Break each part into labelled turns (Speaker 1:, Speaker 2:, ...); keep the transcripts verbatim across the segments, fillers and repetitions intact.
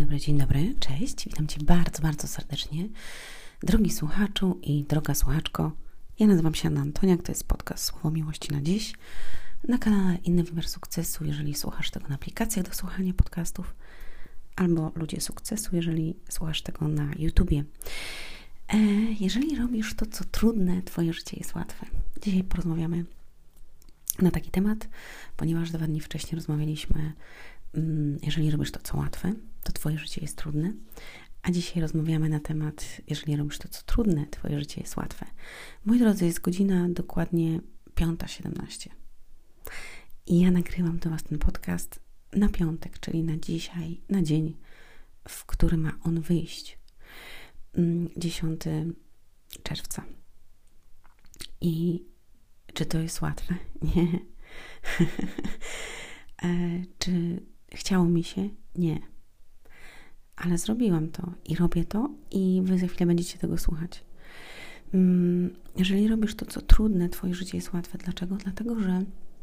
Speaker 1: dobry, dzień dobry, cześć, witam Cię bardzo, bardzo serdecznie. Drogi słuchaczu i droga słuchaczko, ja nazywam się Anna Antoniak, to jest podcast Słowo Miłości na dziś. Na kanale Inny Wymiar Sukcesu, jeżeli słuchasz tego na aplikacjach do słuchania podcastów, albo Ludzie Sukcesu, jeżeli słuchasz tego na YouTubie. E, jeżeli robisz to, co trudne, Twoje życie jest łatwe. Dzisiaj porozmawiamy na taki temat, ponieważ dwa dni wcześniej rozmawialiśmy, jeżeli robisz to, co łatwe, to Twoje życie jest trudne, a dzisiaj rozmawiamy na temat, jeżeli robisz to, co trudne, Twoje życie jest łatwe. Moi drodzy, jest godzina dokładnie piąta siedemnaście i ja nagrywam do Was ten podcast na piątek, czyli na dzisiaj, na dzień, w którym ma on wyjść, dziesiątego czerwca. I czy to jest łatwe? Nie. e, czy chciało mi się? Nie. Ale zrobiłam to i robię to i Wy za chwilę będziecie tego słuchać. Jeżeli robisz to, co trudne, Twoje życie jest łatwe. Dlaczego? Dlatego, że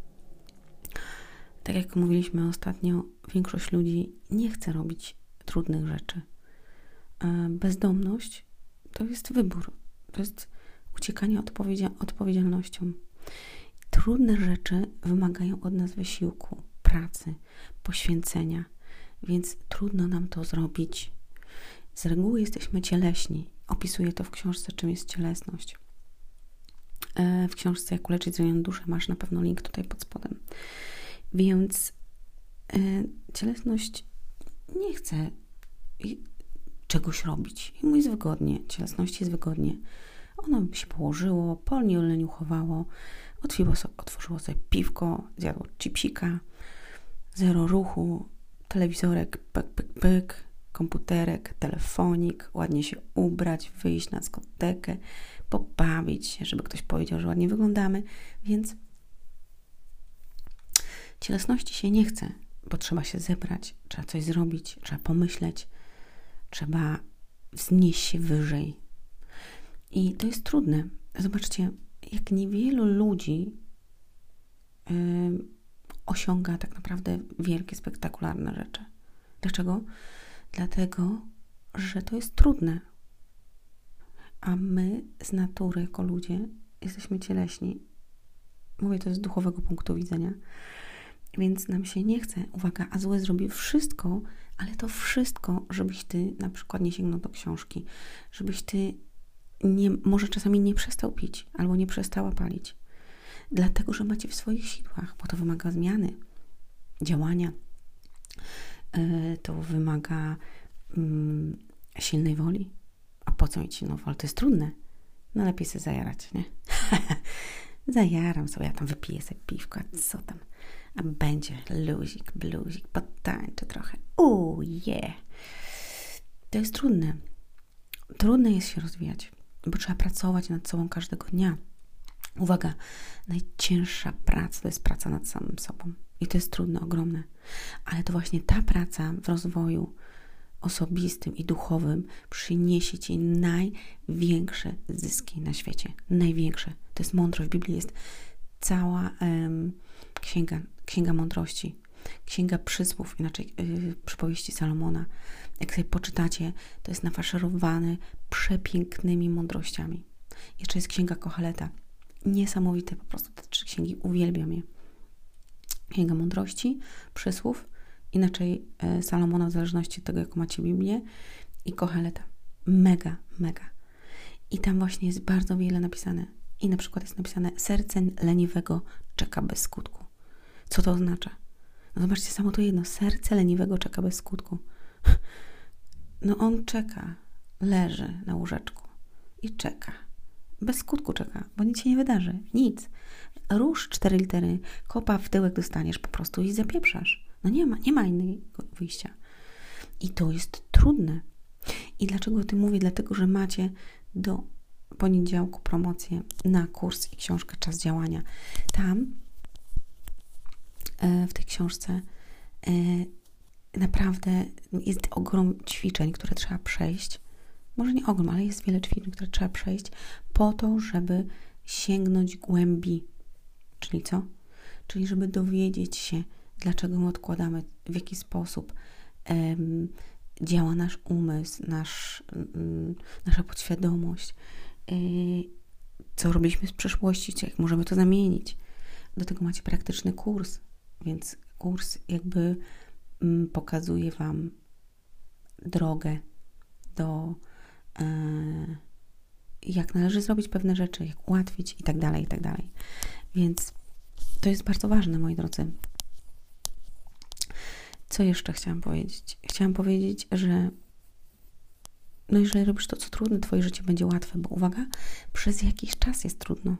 Speaker 1: tak jak mówiliśmy ostatnio, większość ludzi nie chce robić trudnych rzeczy. Bezdomność to jest wybór. To jest uciekanie odpowiedzia- odpowiedzialnością. Trudne rzeczy wymagają od nas wysiłku, pracy, poświęcenia, więc trudno nam to zrobić. Z reguły jesteśmy cieleśni. Opisuję to w książce, czym jest cielesność. W książce Jak uleczyć zranioną duszę masz na pewno link tutaj pod spodem. Więc cielesność nie chce czegoś robić. Mu jest wygodnie. Cielesności jest wygodnie. Ono by się położyło, polnie leniuchowało, otworzyło sobie, otworzyło sobie piwko, zjadło chipsika, zero ruchu, telewizorek, pyk, pyk, pyk, komputerek, telefonik, ładnie się ubrać, wyjść na dyskotekę, pobawić się, żeby ktoś powiedział, że ładnie wyglądamy, więc cielesności się nie chce, bo trzeba się zebrać, trzeba coś zrobić, trzeba pomyśleć, trzeba wznieść się wyżej. I to jest trudne. Zobaczcie, jak niewielu ludzi yy, osiąga tak naprawdę wielkie, spektakularne rzeczy. Dlaczego? Dlatego, że to jest trudne. A my z natury, jako ludzie, jesteśmy cieleśni. Mówię to z duchowego punktu widzenia. Więc nam się nie chce. Uwaga, a zły zrobi wszystko, ale to wszystko, żebyś Ty na przykład nie sięgnął do książki. Żebyś Ty nie, może czasami nie przestał pić albo nie przestała palić. Dlatego, że macie w swoich siłach, bo to wymaga zmiany, działania. Yy, to wymaga yy, silnej woli. A po co mieć silną wolę? To jest trudne. No lepiej sobie zajarać, nie? Zajaram sobie, ja tam wypiję sobie piwko, a co tam? A będzie luzik, bluzik, potańczę trochę. Uuu, yeah! To jest trudne. Trudne jest się rozwijać, bo trzeba pracować nad sobą każdego dnia. Uwaga, najcięższa praca to jest praca nad samym sobą. I to jest trudne, ogromne. Ale to właśnie ta praca w rozwoju osobistym i duchowym przyniesie Ci największe zyski na świecie. Największe. To jest mądrość. W Biblii jest cała um, księga, księga mądrości. Księga przysłów, inaczej yy, przypowieści Salomona. Jak sobie poczytacie, to jest nafaszerowane przepięknymi mądrościami. Jeszcze jest księga Koheleta. Niesamowite po prostu te trzy księgi, uwielbiam je. Księga Mądrości, Przysłów, inaczej e, Salomona w zależności od tego, jaką macie Biblię, i Koheleta. Mega, mega. I tam właśnie jest bardzo wiele napisane. I na przykład jest napisane: serce leniwego czeka bez skutku. Co to oznacza? No zobaczcie, samo to jedno. Serce leniwego czeka bez skutku. No on czeka, leży na łóżeczku i czeka. Bez skutku czeka, bo nic się nie wydarzy. Nic. Rusz cztery litery, kopa w tyłek dostaniesz po prostu i zapieprzasz. No nie ma, nie ma innego wyjścia. I to jest trudne. I dlaczego o tym mówię? Dlatego, że macie do poniedziałku promocję na kurs i książkę Czas działania. Tam e, w tej książce e, naprawdę jest ogrom ćwiczeń, które trzeba przejść. Może nie ogrom, ale jest wiele ćwiczeń, które trzeba przejść po to, żeby sięgnąć głębi. Czyli co? Czyli żeby dowiedzieć się, dlaczego my odkładamy, w jaki sposób um, działa nasz umysł, nasz, nasza podświadomość, co robiliśmy z przeszłości, jak możemy to zamienić. Do tego macie praktyczny kurs, więc kurs jakby pokazuje Wam drogę do jak należy zrobić pewne rzeczy, jak ułatwić i tak dalej, i tak dalej. Więc to jest bardzo ważne, moi drodzy. Co jeszcze chciałam powiedzieć? Chciałam powiedzieć, że no jeżeli robisz to, co trudne, Twoje życie będzie łatwe, bo uwaga, przez jakiś czas jest trudno.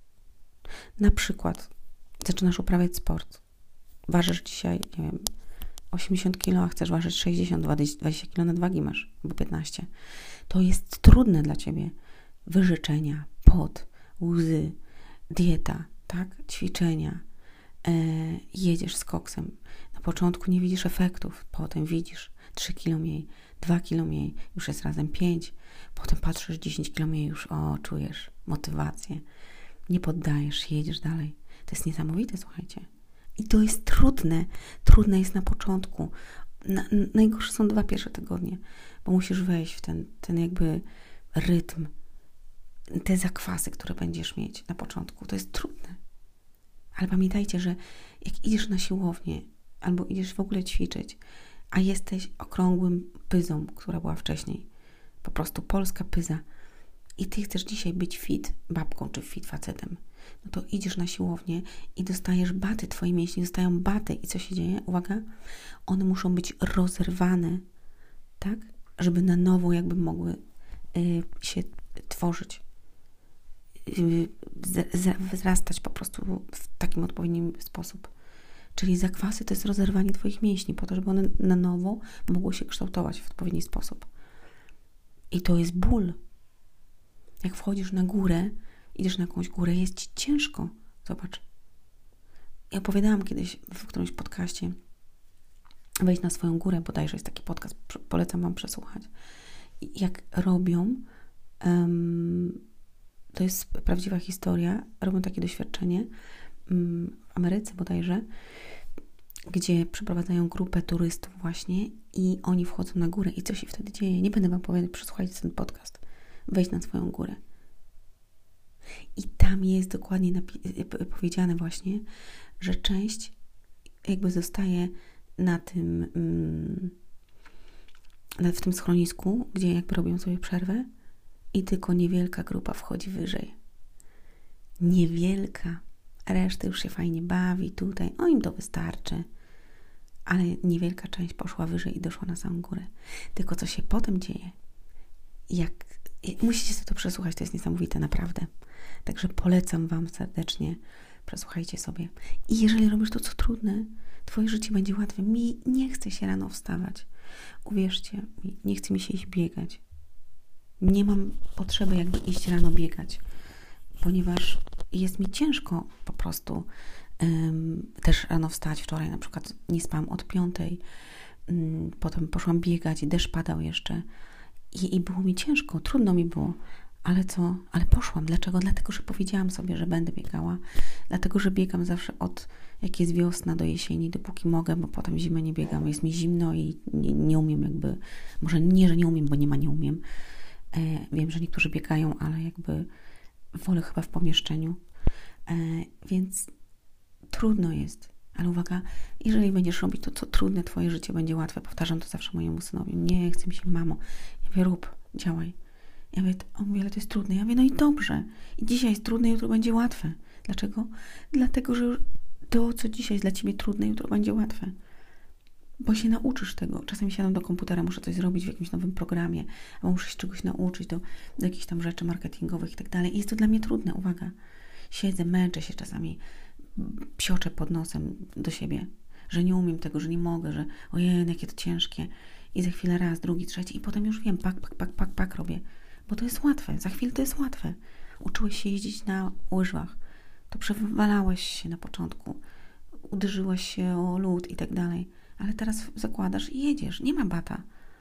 Speaker 1: Na przykład zaczynasz uprawiać sport. Ważysz dzisiaj, nie wiem, osiemdziesiąt kilo, a chcesz ważyć sześćdziesiąt, dwadzieścia kilo nadwagi masz, albo piętnaście. To jest trudne dla Ciebie. Wyżyczenia, pot, łzy, dieta, tak? Ćwiczenia. E, jedziesz z koksem. Na początku nie widzisz efektów, potem widzisz trzy kilo mniej, dwa kilo mniej, już jest razem pięć. Potem patrzysz dziesięć kilo mniej, już o, czujesz motywację. Nie poddajesz się, jedziesz dalej. To jest niesamowite, słuchajcie. I to jest trudne. Trudne jest na początku. Na, najgorsze są dwa pierwsze tygodnie, bo musisz wejść w ten, ten jakby rytm, te zakwasy, które będziesz mieć na początku. To jest trudne. Ale pamiętajcie, że jak idziesz na siłownię albo idziesz w ogóle ćwiczyć, a jesteś okrągłym pyzą, która była wcześniej, po prostu polska pyza, i ty chcesz dzisiaj być fit babką czy fit facetem, no to idziesz na siłownię i dostajesz baty, twoje mięśnie dostają baty i co się dzieje? Uwaga, one muszą być rozerwane, tak? Żeby na nowo jakby mogły y, się tworzyć, y, z, z, wzrastać po prostu w takim odpowiednim sposób. Czyli zakwasy to jest rozerwanie twoich mięśni po to, żeby one na nowo mogły się kształtować w odpowiedni sposób. I to jest ból. Jak wchodzisz na górę, idziesz na jakąś górę, jest ci ciężko. Zobacz. Ja opowiadałam kiedyś w którymś podcaście Wejść na swoją górę, bodajże jest taki podcast, polecam Wam przesłuchać. I jak robią, um, to jest prawdziwa historia, robią takie doświadczenie um, w Ameryce bodajże, gdzie przeprowadzają grupę turystów właśnie i oni wchodzą na górę i co się wtedy dzieje? Nie będę Wam powiedzieć, przesłuchajcie ten podcast. Wejść na swoją górę. I tam jest dokładnie napi- powiedziane właśnie, że część jakby zostaje na tym mm, w tym schronisku, gdzie jakby robią sobie przerwę i tylko niewielka grupa wchodzi wyżej. Niewielka. Reszta już się fajnie bawi tutaj. O, im to wystarczy. Ale niewielka część poszła wyżej i doszła na samą górę. Tylko co się potem dzieje? Jak musicie sobie to przesłuchać, to jest niesamowite, naprawdę. Także polecam Wam serdecznie. Przesłuchajcie sobie. I jeżeli robisz to, co trudne, Twoje życie będzie łatwe. Mi nie chce się rano wstawać. Uwierzcie mi, nie chce mi się iść biegać. Nie mam potrzeby jakby iść rano biegać, ponieważ jest mi ciężko po prostu um, też rano wstać. Wczoraj na przykład nie spałam od piątej, um, potem poszłam biegać, deszcz padał jeszcze i, i było mi ciężko, trudno mi było. Ale co? Ale poszłam. Dlaczego? Dlatego, że powiedziałam sobie, że będę biegała. Dlatego, że biegam zawsze od jak jest wiosna do jesieni, dopóki mogę, bo potem zimę nie biegam. Jest mi zimno i nie, nie umiem jakby, może nie, że nie umiem, bo nie ma nie umiem. E, wiem, że niektórzy biegają, ale jakby wolę chyba w pomieszczeniu. E, więc trudno jest. Ale uwaga, jeżeli będziesz robić to, co trudne, Twoje życie będzie łatwe. Powtarzam to zawsze mojemu synowi. Nie chce mi się, mamo. Ja mówię, rób, działaj. Ja mówię, on mówi, ale to jest trudne. Ja mówię, no i dobrze. I dzisiaj jest trudne, jutro będzie łatwe. Dlaczego? Dlatego, że to, co dzisiaj jest dla Ciebie trudne, jutro będzie łatwe. Bo się nauczysz tego. Czasami siadam do komputera, muszę coś zrobić w jakimś nowym programie, albo muszę się czegoś nauczyć, do, do jakichś tam rzeczy marketingowych i tak dalej. I jest to dla mnie trudne, uwaga. Siedzę, męczę się czasami, psioczę pod nosem do siebie, że nie umiem tego, że nie mogę, że ojej, jakie to ciężkie. I za chwilę raz, drugi, trzeci i potem już wiem, pak, pak, pak, pak, pak robię. Bo to jest łatwe. Za chwilę to jest łatwe. Uczyłeś się jeździć na łyżwach. To przewalałeś się na początku. Uderzyłeś się o lód i tak dalej. Ale teraz zakładasz i jedziesz. Nie ma bata.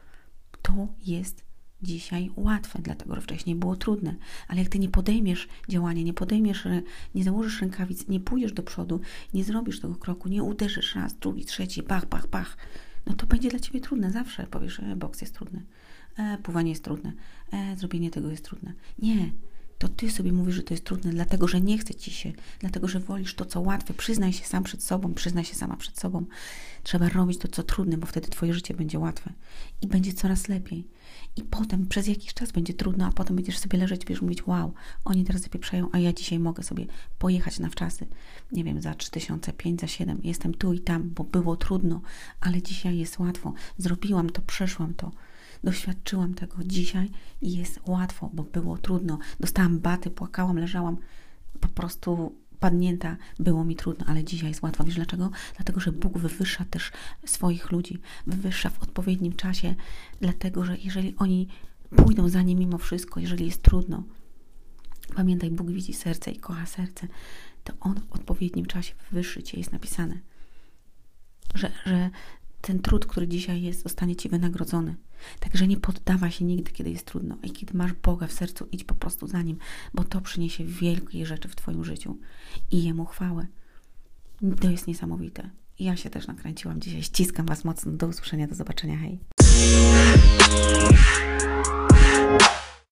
Speaker 1: To jest dzisiaj łatwe, dlatego że wcześniej było trudne. Ale jak ty nie podejmiesz działania, nie podejmiesz, nie założysz rękawic, nie pójdziesz do przodu, nie zrobisz tego kroku, nie uderzysz raz, drugi, trzeci, pach, pach, pach, no to będzie dla Ciebie trudne. Zawsze powiesz, e, boks jest trudny, e, pływanie jest trudne, e, zrobienie tego jest trudne. Nie. To Ty sobie mówisz, że to jest trudne, dlatego, że nie chce Ci się, dlatego, że wolisz to, co łatwe. Przyznaj się sam przed sobą, przyznaj się sama przed sobą. Trzeba robić to, co trudne, bo wtedy Twoje życie będzie łatwe i będzie coraz lepiej. I potem przez jakiś czas będzie trudno, a potem będziesz sobie leżeć i będziesz mówić, wow, oni teraz zapieprzają, a ja dzisiaj mogę sobie pojechać na wczasy, nie wiem, za trzy tysiące, pięć, za siedem. Jestem tu i tam, bo było trudno, ale dzisiaj jest łatwo. Zrobiłam to, przeszłam to. Doświadczyłam tego dzisiaj i jest łatwo, bo było trudno. Dostałam baty, płakałam, leżałam po prostu padnięta. Było mi trudno, ale dzisiaj jest łatwo. Wiesz dlaczego? Dlatego, że Bóg wywyższa też swoich ludzi. Wywyższa w odpowiednim czasie, dlatego, że jeżeli oni pójdą za Nim mimo wszystko, jeżeli jest trudno, pamiętaj, Bóg widzi serce i kocha serce, to On w odpowiednim czasie wywyższy Cię. Jest napisane, że, że ten trud, który dzisiaj jest, zostanie Ci wynagrodzony. Także nie poddawaj się nigdy, kiedy jest trudno. I kiedy masz Boga w sercu, idź po prostu za Nim, bo to przyniesie wielkie rzeczy w Twoim życiu i Jemu chwałę. To jest niesamowite. I ja się też nakręciłam dzisiaj. Ściskam Was mocno. Do usłyszenia, do zobaczenia. Hej!